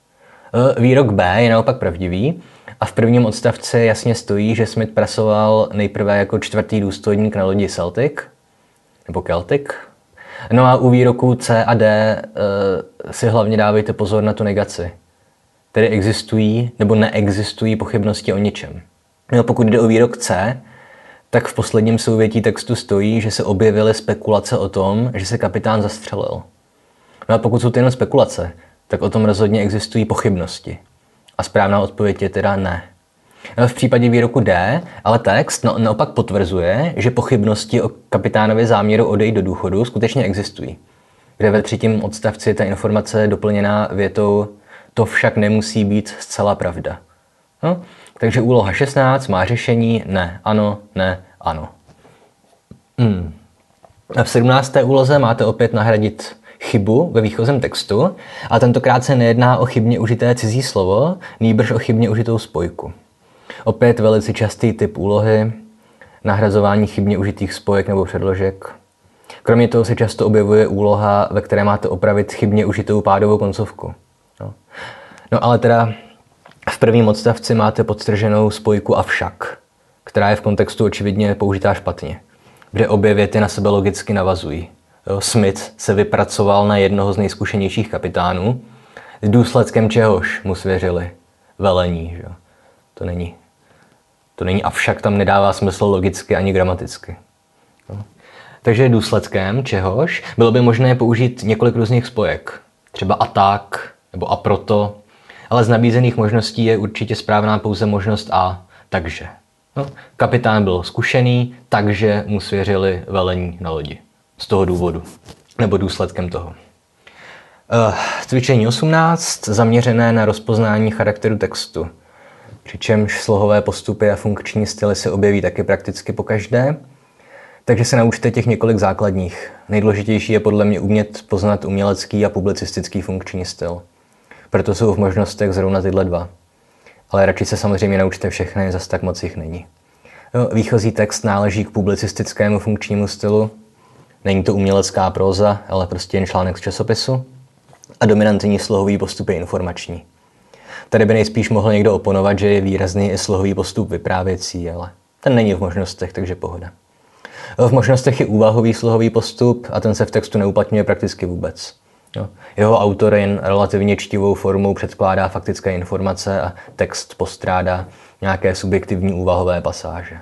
Výrok B je naopak pravdivý a v prvním odstavci jasně stojí, že Smith pracoval nejprve jako čtvrtý důstojník na lodi Celtic, nebo Celtic. No a u výroků C a D e, si hlavně dávejte pozor na tu negaci. Tedy existují nebo neexistují pochybnosti o ničem. No pokud jde o výrok C, tak v posledním souvětí textu stojí, že se objevily spekulace o tom, že se kapitán zastřelil. No a pokud jsou to jen spekulace, tak o tom rozhodně existují pochybnosti. A správná odpověď je teda ne. No v případě výroku D, ale text no, naopak potvrzuje, že pochybnosti o kapitánově záměru odejít do důchodu skutečně existují. Kde ve třetím odstavci je ta informace doplněná větou to však nemusí být zcela pravda. No, takže úloha šestnáct má řešení ne, ano, ne, ano. Hmm. A v sedmnácté úloze máte opět nahradit chybu ve výchozím textu, ale tentokrát se nejedná o chybně užité cizí slovo, nýbrž o chybně užitou spojku. Opět velice častý typ úlohy, nahrazování chybně užitých spojek nebo předložek. Kromě toho se často objevuje úloha, ve které máte opravit chybně užitou pádovou koncovku. No, no ale teda v prvním odstavci máte podtrženou spojku avšak, která je v kontextu očividně použitá špatně, kde obě věty na sebe logicky navazují. Jo, Smith se vypracoval na jednoho z nejzkušenějších kapitánů, s důsledkem čehož mu svěřili velení. Že? To není, to není avšak, tam nedává smysl logicky ani gramaticky. Jo. Takže důsledkem čehož bylo by možné použít několik různých spojek, třeba a tak, nebo a proto, ale z nabízených možností je určitě správná pouze možnost a, takže. No, kapitán byl zkušený, takže mu svěřili velení na lodi. Z toho důvodu, nebo důsledkem toho. Uh, cvičení osmnáct, zaměřené na rozpoznání charakteru textu. Přičemž slohové postupy a funkční styly se objeví taky prakticky pokaždé. Takže se naučte těch několik základních. Nejdůležitější je podle mě umět poznat umělecký a publicistický funkční styl. Proto jsou v možnostech zrovna tyhle dva. Ale radši se samozřejmě naučte všechny, zas tak moc jich není. No, výchozí text náleží k publicistickému funkčnímu stylu. Není to umělecká próza, ale prostě jen článek z časopisu. A dominantní slohový postup je informační. Tady by nejspíš mohl někdo oponovat, že je výrazný i slohový postup vyprávěcí, ale ten není v možnostech, takže pohoda. V možnostech je úvahový slohový postup a ten se v textu neuplatňuje prakticky vůbec. Jo. Jeho autor jen relativně čtivou formou předkládá faktické informace a text postrádá nějaké subjektivní úvahové pasáže.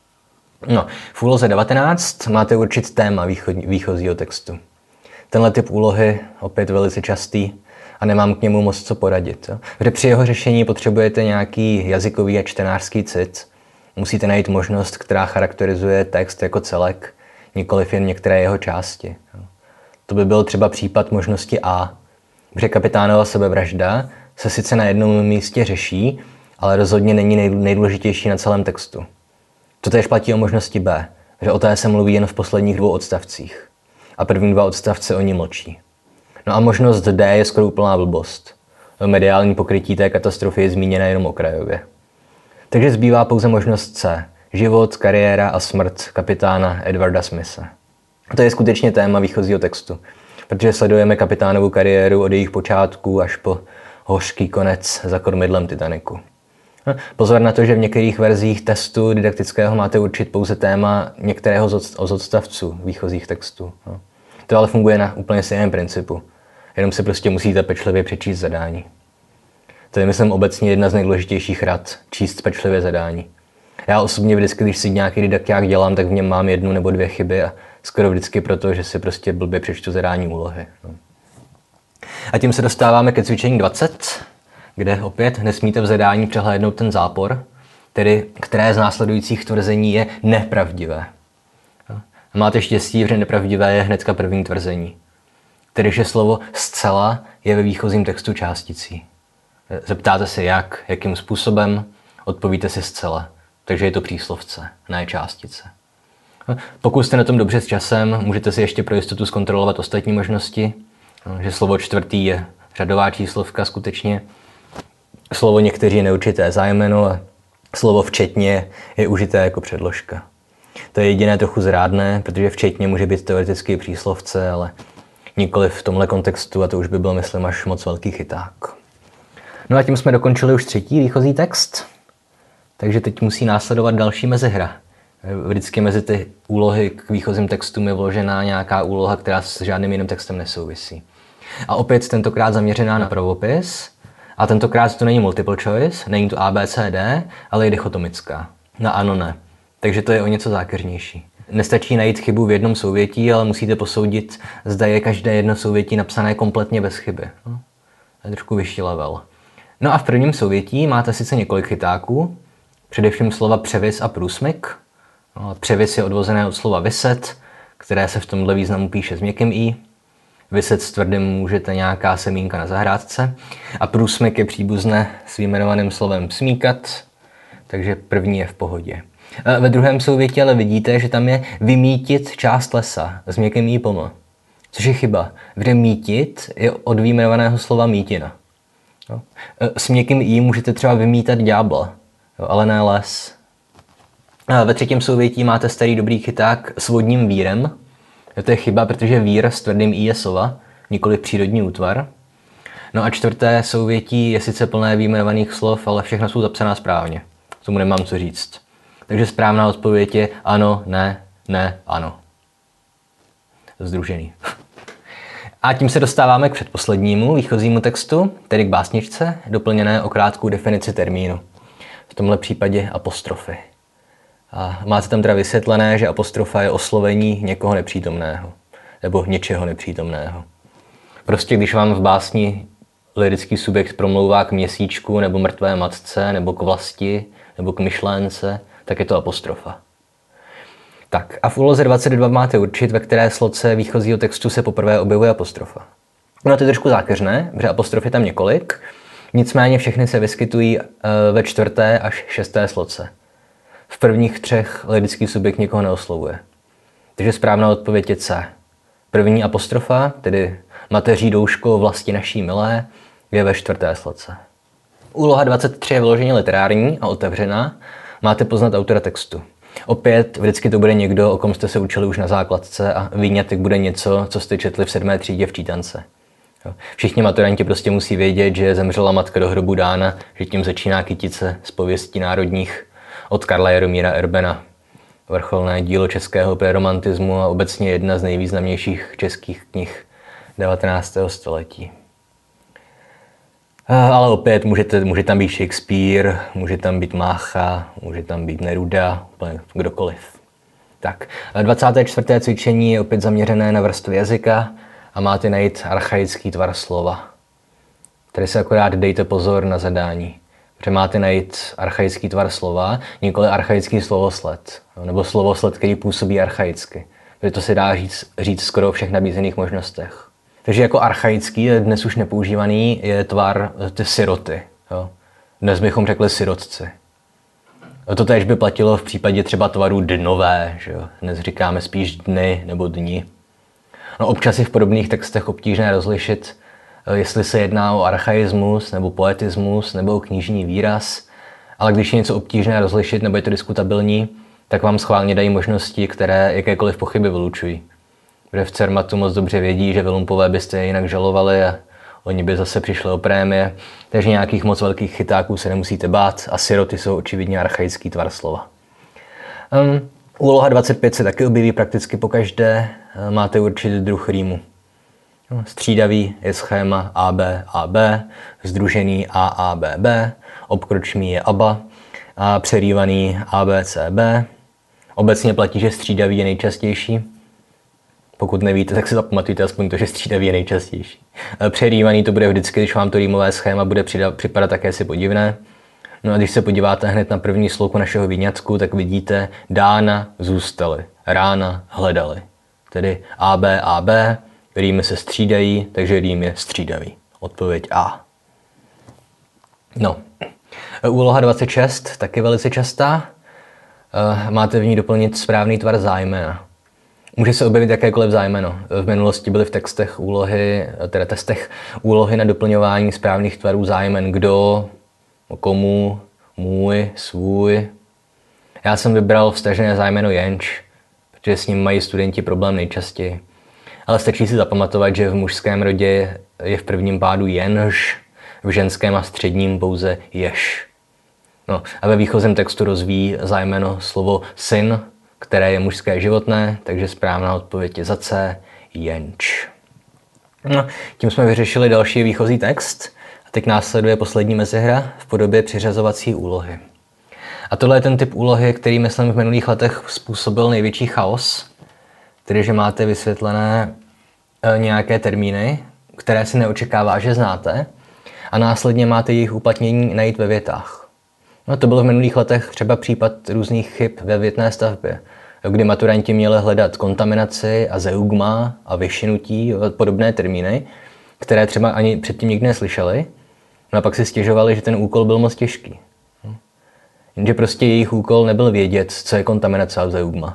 No, v úloze devatenáct máte určit téma výchozího textu. Tenhle typ úlohy opět velice častý a nemám k němu moc co poradit. Jo. Protože při jeho řešení potřebujete nějaký jazykový a čtenářský cit. Musíte najít možnost, která charakterizuje text jako celek, nikoliv jen některé jeho části. Jo. To by byl třeba případ možnosti A. Protože kapitánova sebevražda se sice na jednom místě řeší, ale rozhodně není nejdůležitější na celém textu. To též platí o možnosti B, že o té se mluví jen v posledních dvou odstavcích. A první dva odstavce o ní mlčí. No a možnost D je skoro úplná blbost. Mediální pokrytí té katastrofy je zmíněné jenom okrajově. Takže zbývá pouze možnost C. Život, kariéra a smrt kapitána Edwarda Smithe. To je skutečně téma výchozího textu, protože sledujeme kapitánovu kariéru od jejich počátků až po hořký konec za kormidlem Titaniku. Pozor na to, že v některých verzích testu didaktického máte určit pouze téma některého z odstavců výchozích textů. To ale funguje na úplně stejném principu. Jenom si prostě musíte pečlivě přečíst zadání. To je, myslím, obecně jedna z nejdůležitějších rad, číst pečlivě zadání. Já osobně vždycky, když si nějaký didakták dělám, tak v něm mám jednu nebo dvě chyby a skoro vždycky proto, že si prostě blbě přečtu zadání úlohy. A tím se dostáváme ke cvičení dvacet, kde opět nesmíte v zadání přehlédnout ten zápor, tedy které z následujících tvrzení je nepravdivé. A máte štěstí, že nepravdivé je hnedka první tvrzení. Tedy, že slovo zcela je ve výchozím textu částicí. Zeptáte se jak, jakým způsobem, odpovíte si zcela. Takže je to příslovce, ne částice. Pokud jste na tom dobře s časem, můžete si ještě pro jistotu zkontrolovat ostatní možnosti, že slovo čtvrtý je řadová číslovka skutečně, slovo někteří je neurčité zájmeno a slovo včetně je užité jako předložka. To je jediné trochu zrádné, protože včetně může být teoreticky příslovce, ale nikoli v tomhle kontextu a to už by byl, myslím, až moc velký chyták. No a tím jsme dokončili už třetí výchozí text, takže teď musí následovat další mezihra. Vždycky mezi ty úlohy k výchozím textům je vložená nějaká úloha, která s žádným jiným textem nesouvisí. A opět tentokrát zaměřená na pravopis, a tentokrát to není multiple choice, není to A, B, C, D, ale je dichotomická. Na ano, ne. Takže to je o něco zákeřnější. Nestačí najít chybu v jednom souvětí, ale musíte posoudit, zda je každé jedno souvětí napsané kompletně bez chyby. No, to je trošku vyšší level. No a v prvním souvětí máte sice několik chytáků, především slova převis a průsmyk. No, převis je odvozené od slova viset, které se v tomhle významu píše s měkkým i. Viset s tvrdým můžete nějaká semínka na zahrádce. A průsmyk je příbuzné s vyjmenovaným slovem smíkat, takže první je v pohodě. Ve druhém souvětí ale vidíte, že tam je vymítit část lesa s měkkým i pom, což je chyba, protože mítit je od výjmenovaného slova mítina. Jo. S měkkým i můžete třeba vymítat ďábla, jo, ale ne les. A ve třetím souvětí máte starý dobrý chyták s vodním vírem. Jo, to je chyba, protože vír s tvrdým i je sova, nikoli přírodní útvar. No a čtvrté souvětí je sice plné výjmenovaných slov, ale všechno jsou zapsaná správně. K tomu nemám co říct. Takže správná odpověď je ano, ne, ne, ano. Združený. A tím se dostáváme k předposlednímu výchozímu textu, tedy k básničce, doplněné o krátkou definici termínu. V tomhle případě apostrofy. A máte tam teda vysvětlené, že apostrofa je oslovení někoho nepřítomného. Nebo něčeho nepřítomného. Prostě když vám v básni lyrický subjekt promlouvá k měsíčku, nebo mrtvé matce, nebo k vlasti, nebo k myšlénce, tak je to apostrofa. Tak a v úloze dvacet dva máte určit, ve které sloce výchozího textu se poprvé objevuje apostrofa. No to je trošku zákeřné, protože apostrof je tam několik, nicméně všechny se vyskytují ve čtvrté až šesté sloce. V prvních třech lyrický subjekt nikoho neoslovuje. Takže správná odpověď je C. První apostrofa, tedy mateří douško vlasti naší milé, je ve čtvrté sloce. Úloha dvacet tři je vyloženě literární a otevřená. Máte poznat autora textu. Opět vždycky to bude někdo, o kom jste se učili už na základce a výňatek bude něco, co jste četli v sedmé třídě v čítance. Všichni maturanti prostě musí vědět, že zemřela matka do hrobu dána, že tím začíná Kytice z pověstí národních od Karla Jaromíra Erbena. Vrcholné dílo českého preromantismu a obecně jedna z nejvýznamnějších českých knih devatenáctého století. Ale opět můžete, může tam být Shakespeare, může tam být Mácha, může tam být Neruda, úplně kdokoliv. Tak, dvacáté čtvrté cvičení je opět zaměřené na vrstvy jazyka a máte najít archaický tvar slova. Tady se akorát dejte pozor na zadání. Protože máte najít archaický tvar slova, nikoli archaický slovosled, nebo slovosled, který působí archaicky. Protože to se dá říct, říct skoro o všech nabízených možnostech. Takže jako archaický, dnes už nepoužívaný, je tvar ty siroty. Jo. Dnes bychom řekli sirotci. To též by platilo v případě třeba tvaru dnové. Že jo. Dnes říkáme spíš dny nebo dni. No, občas je v podobných textech obtížné rozlišit, jestli se jedná o archaismus, nebo poetismus, nebo o knižní výraz. Ale když je něco obtížné rozlišit, nebo je to diskutabilní, tak vám schválně dají možnosti, které jakékoliv pochyby vylučují. Protože v Cermatu moc dobře vědí, že Vilumpové byste je jinak žalovali a oni by zase přišli o prémie, takže nějakých moc velkých chytáků se nemusíte bát a siroty jsou očividně archaický tvar slova. Um, úloha dvacet pět se taky objeví prakticky pokaždé, máte určit druh rýmu. Střídavý je schéma A B A B, združený A A B B, obkročmý je A B A a přerývaný A B C B. Obecně platí, že střídavý je nejčastější. Pokud nevíte, tak si zapamatujte aspoň to, že střídavý je nejčastější. Přerývaný to bude vždycky, když vám to rýmové schéma bude připadat také si podivné. No a když se podíváte hned na první sloku našeho výňatku, tak vidíte dána zůstali, rána hledali. Tedy A B A B, rýmy se střídají, takže rým je střídavý. Odpověď A. No. Úloha dvacet šest, taky velice častá. Máte v ní doplnit správný tvar zájmena. Může se objevit jakékoliv zájmeno. V minulosti byly v textech úlohy, teda testech úlohy na doplňování správných tvarů zájmen. Kdo, komu, můj, svůj. Já jsem vybral vztažené zájmeno jenč, protože s ním mají studenti problém nejčastěji. Ale stačí si zapamatovat, že v mužském rodě je v prvním pádu jenž, v ženském a středním pouze jež. No a ve výchozím textu rozvíjí zájmeno slovo syn, které je mužské životné, takže správná odpověď je za C, jenč. No, tím jsme vyřešili další výchozí text a teď následuje poslední mezihra v podobě přiřazovací úlohy. A tohle je ten typ úlohy, který myslím v minulých letech způsobil největší chaos, tedy že máte vysvětlené e, nějaké termíny, které si neočekává, že znáte, a následně máte jejich uplatnění najít ve větách. No, to byl v minulých letech třeba případ různých chyb ve větné stavbě, kdy maturanti měli hledat kontaminaci a zeugma a vyšinutí, podobné termíny, které třeba ani předtím nikdy neslyšeli, no a pak si stěžovali, že ten úkol byl moc těžký. Jenže prostě jejich úkol nebyl vědět, co je kontaminace a zeugma.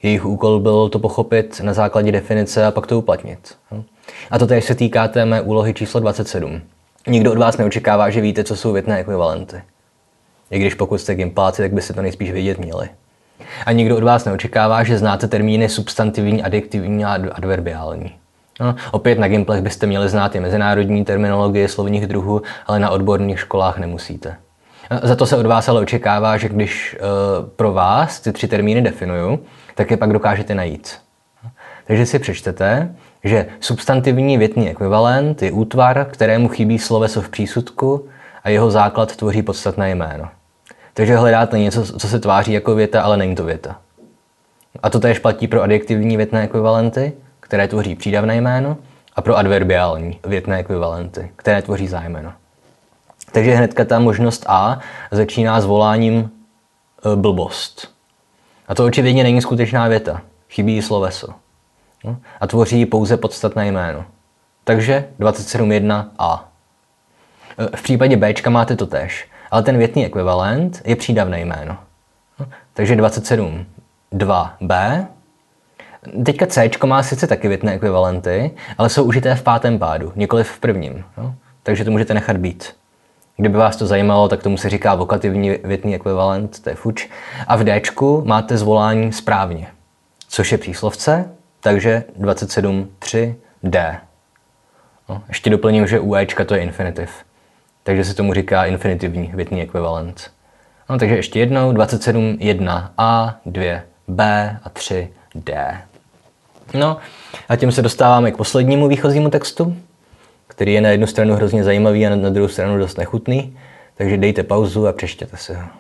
Jejich úkol byl to pochopit na základě definice a pak to uplatnit. A to též se týká té mé úlohy číslo dvacet sedm. Nikdo od vás neočekává, že víte, co jsou větné ekvivalenty. I když pokud jste gympáci, tak byste to nejspíš vědět měli. A nikdo od vás neočekává, že znáte termíny substantivní, adjektivní a adverbiální. No, opět na Gimplech byste měli znát i mezinárodní terminologie slovních druhů, ale na odborných školách nemusíte. Za to se od vás ale očekává, že když uh, pro vás ty tři termíny definuju, tak je pak dokážete najít. Takže si přečtete, že substantivní větný ekvivalent je útvar, kterému chybí sloveso v přísudku a jeho základ tvoří podstatné jméno. Takže hledáte něco, co se tváří jako věta, ale není to věta. A to též platí pro adjektivní větné ekvivalenty, které tvoří přídavné jméno, a pro adverbiální větné ekvivalenty, které tvoří zájmeno. Takže hnedka ta možnost A začíná s voláním e, blbost. A to očividně není skutečná věta. Chybí sloveso. No? A tvoří pouze podstatné jméno. Takže dvacet sedm jedna A. E, v případě Bčka máte to též, ale ten větný ekvivalent je přídavné jméno. No? Takže dvacet sedm dva B. Teďka Cčko má sice taky větné ekvivalenty, ale jsou užité v pátém pádu, nikoliv v prvním. No? Takže to můžete nechat být. Kdyby vás to zajímalo, tak tomu se říká vokativní větný ekvivalent, to je fuč. A v Dčku máte zvolání správně, což je příslovce, takže dvacet sedm tři D. No, ještě doplním, že u Ečka to je infinitiv, takže se tomu říká infinitivní větný ekvivalent. No, takže ještě jednou dvacet sedm jedna A, dva B a tři D. No a tím se dostáváme k poslednímu výchozímu textu, který je na jednu stranu hrozně zajímavý a na druhou stranu dost nechutný, takže dejte pauzu a přečtěte si ho.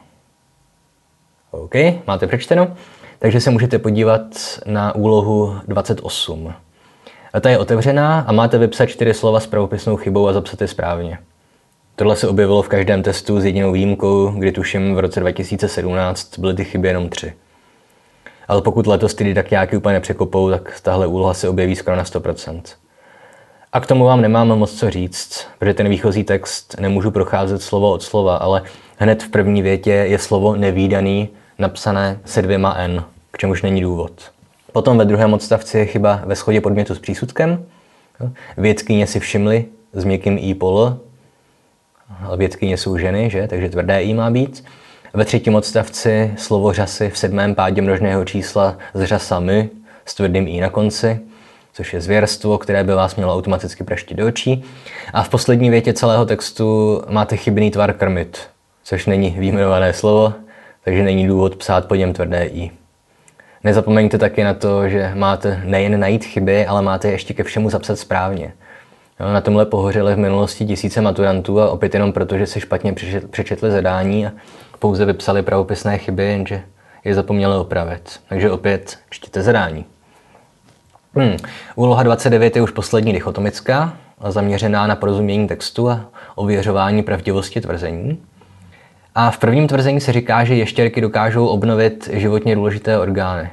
OK, máte přečteno? Takže se můžete podívat na úlohu dvacet osm. A ta je otevřená a máte vypsat čtyři slova s pravopisnou chybou a zapsat je správně. Tohle se objevilo v každém testu s jedinou výjimkou, kdy tuším v roce dva tisíce sedmnáct byly ty chyby jenom tři. Ale pokud letos ty didakťáky úplně nepřekopou, tak tahle úloha se objeví skoro na sto procent. A k tomu vám nemám moc co říct, protože ten výchozí text nemůžu procházet slovo od slova, ale hned v první větě je slovo nevídaný napsané se dvěma N, k čemuž není důvod. Potom ve druhém odstavci je chyba ve shodě podmětu s přísudkem. Vědkyně si všimli s měkkým I pol, ale vědkyně jsou ženy, že? Takže tvrdé I má být. Ve třetím odstavci slovo řasy v sedmém pádě množného čísla s řasami s tvrdým I na konci, což je zvěrstvo, které by vás mělo automaticky praštit do očí. A v poslední větě celého textu máte chybný tvar krmit, což není vyjmenované slovo, takže není důvod psát po něm tvrdé I. Nezapomeňte taky na to, že máte nejen najít chyby, ale máte ještě ke všemu zapsat správně. No, na tomhle pohořely v minulosti tisíce maturantů a opět jenom proto, že si špatně přečetli zadání a pouze vypsali pravopisné chyby, jenže je zapomněli opravit. Takže opět čtěte zadání. Hmm. Úloha dvacet devět je už poslední dichotomická, zaměřená na porozumění textu a ověřování pravdivosti tvrzení. A v prvním tvrzení se říká, že ještěrky dokážou obnovit životně důležité orgány.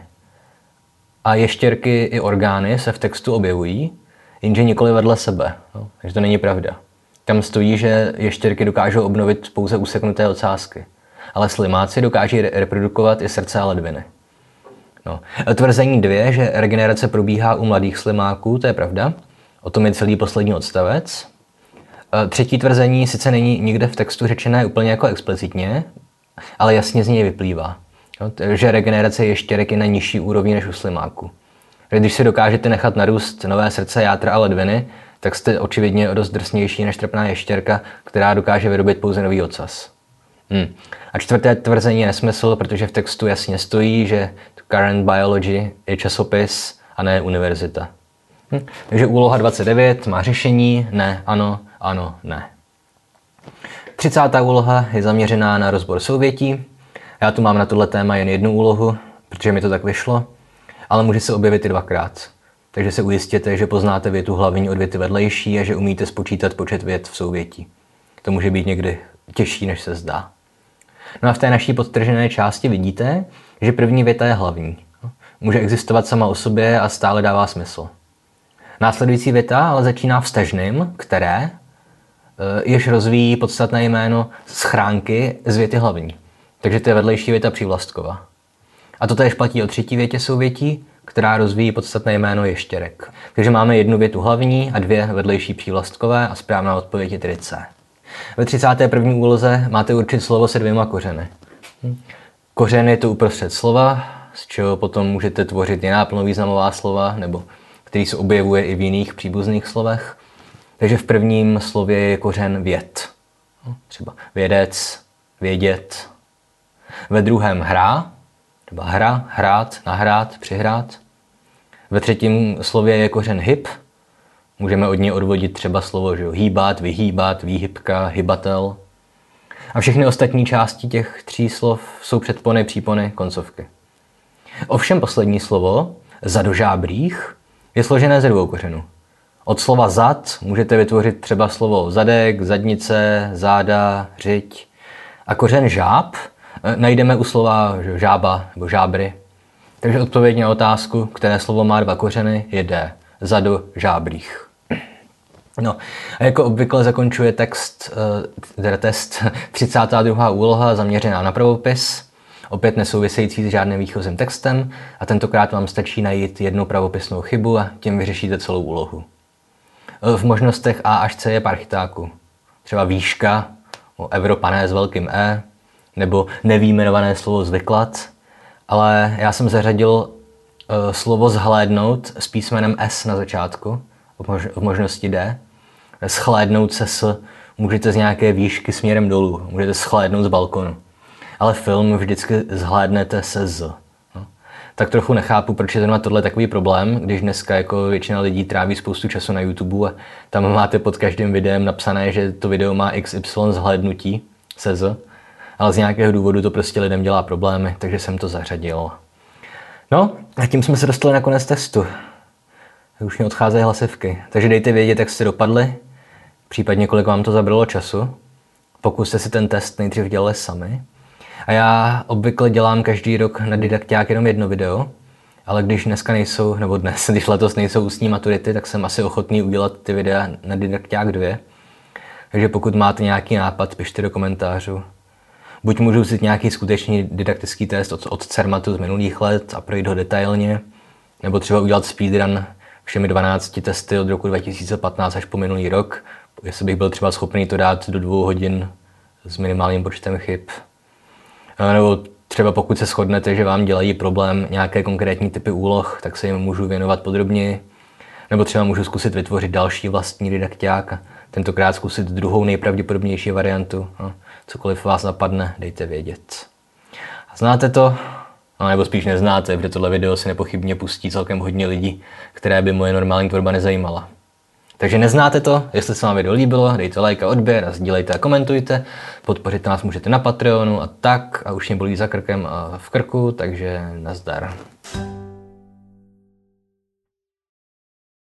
A ještěrky i orgány se v textu objevují, jenže nikoli vedle sebe. No, takže to není pravda. Tam stojí, že ještěrky dokážou obnovit pouze useknuté ocásky. Ale slimáci dokáží reprodukovat i srdce a ledviny. No. Tvrzení dvě, že regenerace probíhá u mladých slimáků, to je pravda. O tom je celý poslední odstavec. Třetí tvrzení sice není nikde v textu řečené úplně jako explicitně, ale jasně z něj vyplývá, že regenerace ještěrek je na nižší úrovni než u slimáků. Když si dokážete nechat narůst nové srdce, játra a ledviny, tak jste očividně o dost drsnější než trapná ještěrka, která dokáže vyrobit pouze nový ocas. Hmm. A čtvrté tvrzení je nesmysl, protože v textu jasně stojí, že Current Biology je časopis a ne univerzita. Hm. Takže úloha dvacet devět má řešení ne, ano, ano, ne. třicátá úloha je zaměřená na rozbor souvětí. Já tu mám na tohle téma jen jednu úlohu, protože mi to tak vyšlo, ale může se objevit i dvakrát. Takže se ujistěte, že poznáte větu hlavní od věty vedlejší a že umíte spočítat počet vět v souvětí. To může být někdy těžší, než se zdá. No a v té naší podtržené části vidíte, že první věta je hlavní. Může existovat sama o sobě a stále dává smysl. Následující věta ale začíná vztažným, které jež rozvíjí podstatné jméno schránky z věty hlavní. Takže to je vedlejší věta přívlastkova. A to též platí o třetí větě souvětí, která rozvíjí podstatné jméno ještěrek. Takže máme jednu větu hlavní a dvě vedlejší přívlastkové a správná odpověď je tedy C. Ve třicáté první úloze máte určit slovo se dvěma kořeny. Kořen je to uprostřed slova, z čeho potom můžete tvořit jiná plnovýznamová slova, nebo který se objevuje i v jiných příbuzných slovech. Takže v prvním slově je kořen věd. Třeba vědec, vědět. Ve druhém hra, třeba hra, hrát, nahrát, přihrát. Ve třetím slově je kořen hyb. Můžeme od něj odvodit třeba slovo že hýbat, vyhýbat, výhybka, hybatel. A všechny ostatní části těch tří slov jsou předpony, přípony, koncovky. Ovšem poslední slovo, zadožábrých, je složené ze dvou kořenů. Od slova zad můžete vytvořit třeba slovo zadek, zadnice, záda, řiď. A kořen žáb najdeme u slova žába nebo žábry. Takže odpověď na otázku, které slovo má dva kořeny, je D. Zadožábrých. No, a jako obvykle zakončuje text, teda test třicátá druhá úloha zaměřená na pravopis, opět nesouvisející s žádným výchozím textem a tentokrát vám stačí najít jednu pravopisnou chybu a tím vyřešíte celou úlohu. V možnostech A až C je pár chytáků. Třeba výška, Evropané s velkým E, nebo nevýjmenované slovo zvyklad, ale já jsem zařadil slovo zhlédnout s písmenem S na začátku, v možnosti D. Schlédnout se s můžete z nějaké výšky směrem dolů, můžete schlédnout z balkonu. Ale film vždycky zhlédnete se z. No. Tak trochu nechápu, proč je zrovna tohle takový problém, když dneska jako většina lidí tráví spoustu času na YouTube a tam máte pod každým videem napsané, že to video má iks ypsilon zhlédnutí se z. Ale z nějakého důvodu to prostě lidem dělá problémy, takže jsem to zařadil. No a tím jsme se dostali na konec testu. Už mě odcházejí hlasivky, takže dejte vědět, jak jste dopadli, případně kolik vám to zabralo času. Pokud jste si ten test nejdřív dělali sami. A já obvykle dělám každý rok na Didakťák jenom jedno video, ale když dneska nejsou, nebo dnes, když letos nejsou ústní maturity, tak jsem asi ochotný udělat ty videa na Didakťák dva. Takže pokud máte nějaký nápad, pište do komentářů. Buď můžu vzít nějaký skutečný didaktický test od, od Cermatu z minulých let a projít ho detailně, nebo třeba udělat speedrun všemi dvanácti testy od roku dva tisíce patnáct až po minulý rok, jestli bych byl třeba schopný to dát do dvou hodin s minimálním počtem chyb. Nebo třeba pokud se shodnete, že vám dělají problém nějaké konkrétní typy úloh, tak se jim můžu věnovat podrobněji. Nebo třeba můžu zkusit vytvořit další vlastní didakťák a tentokrát zkusit druhou nejpravděpodobnější variantu. No, cokoliv vás napadne, dejte vědět. A znáte to? No, nebo spíš neznáte, protože tohle video si nepochybně pustí celkem hodně lidí, které by moje normální tvorba nezajímala. Takže neznáte to, jestli se vám video líbilo, dejte like a odběr a sdílejte a komentujte. Podpořit nás můžete na Patreonu a tak. A už mě bolí za krkem a v krku, takže nazdar.